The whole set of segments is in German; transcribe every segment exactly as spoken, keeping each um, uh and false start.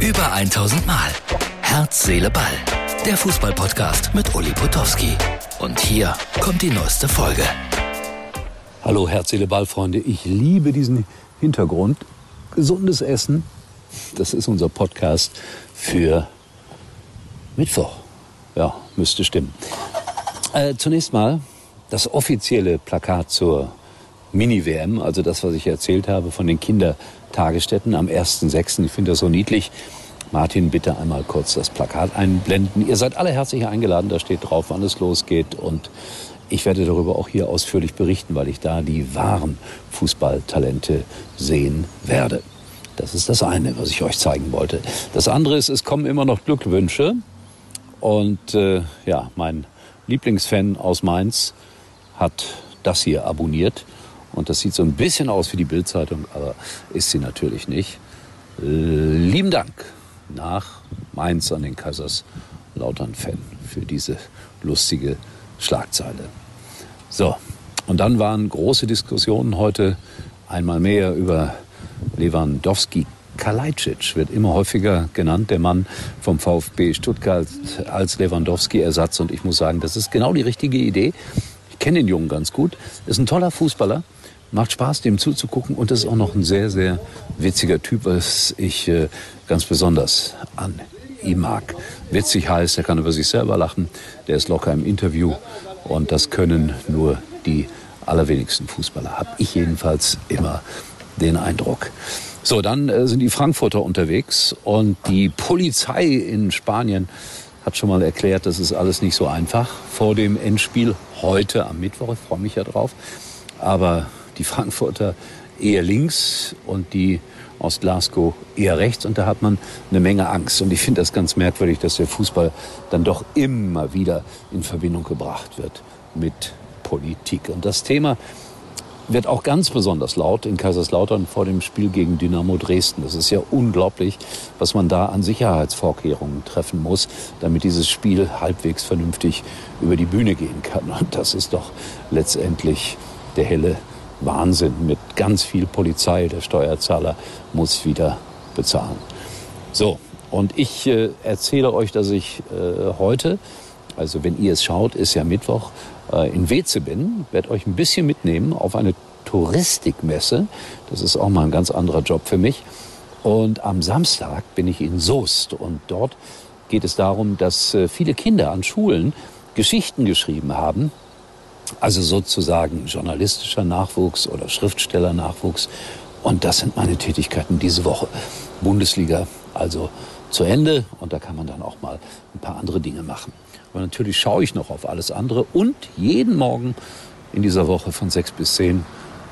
Über tausend Mal. Herz, Seele, Ball. Der Fußball-Podcast mit Uli Potowski. Und hier kommt die neueste Folge. Hallo Herz, Seele, Ball, Freunde. Ich liebe diesen Hintergrund. Gesundes Essen. Das ist unser Podcast für Mittwoch. Ja, müsste stimmen. Äh, zunächst mal das offizielle Plakat zur Mini-W M, also das, was ich erzählt habe von den Kindertagesstätten am ersten sechsten Ich finde das so niedlich. Martin, bitte einmal kurz das Plakat einblenden. Ihr seid alle herzlich eingeladen, da steht drauf, wann es losgeht. Und ich werde darüber auch hier ausführlich berichten, weil ich da die wahren Fußballtalente sehen werde. Das ist das eine, was ich euch zeigen wollte. Das andere ist, es kommen immer noch Glückwünsche. Und äh, ja, mein Lieblingsfan aus Mainz hat das hier abonniert. Und das sieht so ein bisschen aus wie die Bild-Zeitung, aber ist sie natürlich nicht. Äh, lieben Dank nach Mainz an den Kaiserslautern-Fan für diese lustige Schlagzeile. So, und dann waren große Diskussionen heute einmal mehr über Lewandowski. Kalajdzic wird immer häufiger genannt, der Mann vom VfB Stuttgart als Lewandowski-Ersatz. Und ich muss sagen, das ist genau die richtige Idee. Ich kenne den Jungen ganz gut. Ist ein toller Fußballer. Macht Spaß, dem zuzugucken. Und ist auch noch ein sehr, sehr witziger Typ, was ich äh, ganz besonders an ihm mag. Witzig heißt, er kann über sich selber lachen. Der ist locker im Interview. Und das können nur die allerwenigsten Fußballer. Habe ich jedenfalls immer den Eindruck. So, dann äh, sind die Frankfurter unterwegs. Und die Polizei in Spanien hat schon mal erklärt, das ist alles nicht so einfach vor dem Endspiel heute am Mittwoch. Ich freue mich ja drauf. Aber die Frankfurter eher links und die aus Glasgow eher rechts. Und da hat man eine Menge Angst. Und ich finde das ganz merkwürdig, dass der Fußball dann doch immer wieder in Verbindung gebracht wird mit Politik. Und das Thema wird auch ganz besonders laut in Kaiserslautern vor dem Spiel gegen Dynamo Dresden. Das ist ja unglaublich, was man da an Sicherheitsvorkehrungen treffen muss, damit dieses Spiel halbwegs vernünftig über die Bühne gehen kann. Und das ist doch letztendlich der helle Wahnsinn mit ganz viel Polizei. Der Steuerzahler muss wieder bezahlen. So, und ich äh, erzähle euch, dass ich äh, heute, also wenn ihr es schaut, ist ja Mittwoch, äh, in Weeze bin. Werde euch ein bisschen mitnehmen auf eine Touristikmesse. Das ist auch mal ein ganz anderer Job für mich. Und am Samstag bin ich in Soest. Und dort geht es darum, dass äh, viele Kinder an Schulen Geschichten geschrieben haben. Also sozusagen journalistischer Nachwuchs oder Schriftstellernachwuchs. Und das sind meine Tätigkeiten diese Woche. Bundesliga also zu Ende. Und da kann man dann auch mal ein paar andere Dinge machen. Aber natürlich schaue ich noch auf alles andere. Und jeden Morgen in dieser Woche von sechs bis zehn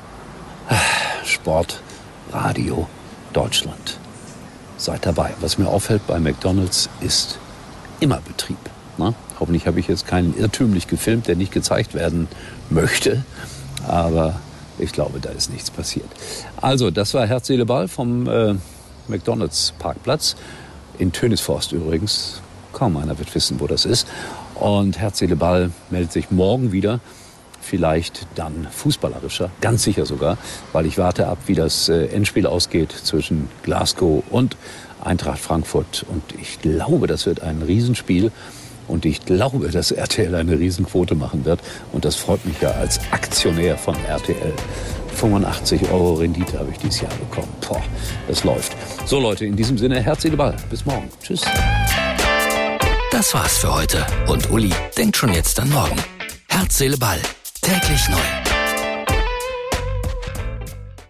Sport, Radio, Deutschland. Seid dabei. Was mir auffällt bei McDonald's ist immer Betrieb. Na? Hoffentlich habe ich jetzt keinen irrtümlich gefilmt, der nicht gezeigt werden möchte. Aber ich glaube, da ist nichts passiert. Also, das war Herz, Seele, Ball vom äh, McDonald's Parkplatz. In Tönisforst übrigens. Kaum einer wird wissen, wo das ist. Und Herz, Seele, Ball meldet sich morgen wieder. Vielleicht dann fußballerischer, ganz sicher sogar. Weil ich warte ab, wie das äh, Endspiel ausgeht zwischen Glasgow und Eintracht Frankfurt. Und ich glaube, das wird ein Riesenspiel. Und ich glaube, dass R T L eine Riesenquote machen wird. Und das freut mich ja als Aktionär von R T L. fünfundachtzig Euro Rendite habe ich dieses Jahr bekommen. Boah, das läuft. So Leute, in diesem Sinne, Herz, Seele, Ball. Bis morgen. Tschüss. Das war's für heute. Und Uli denkt schon jetzt an morgen. Herz, Seele, Ball. Täglich neu.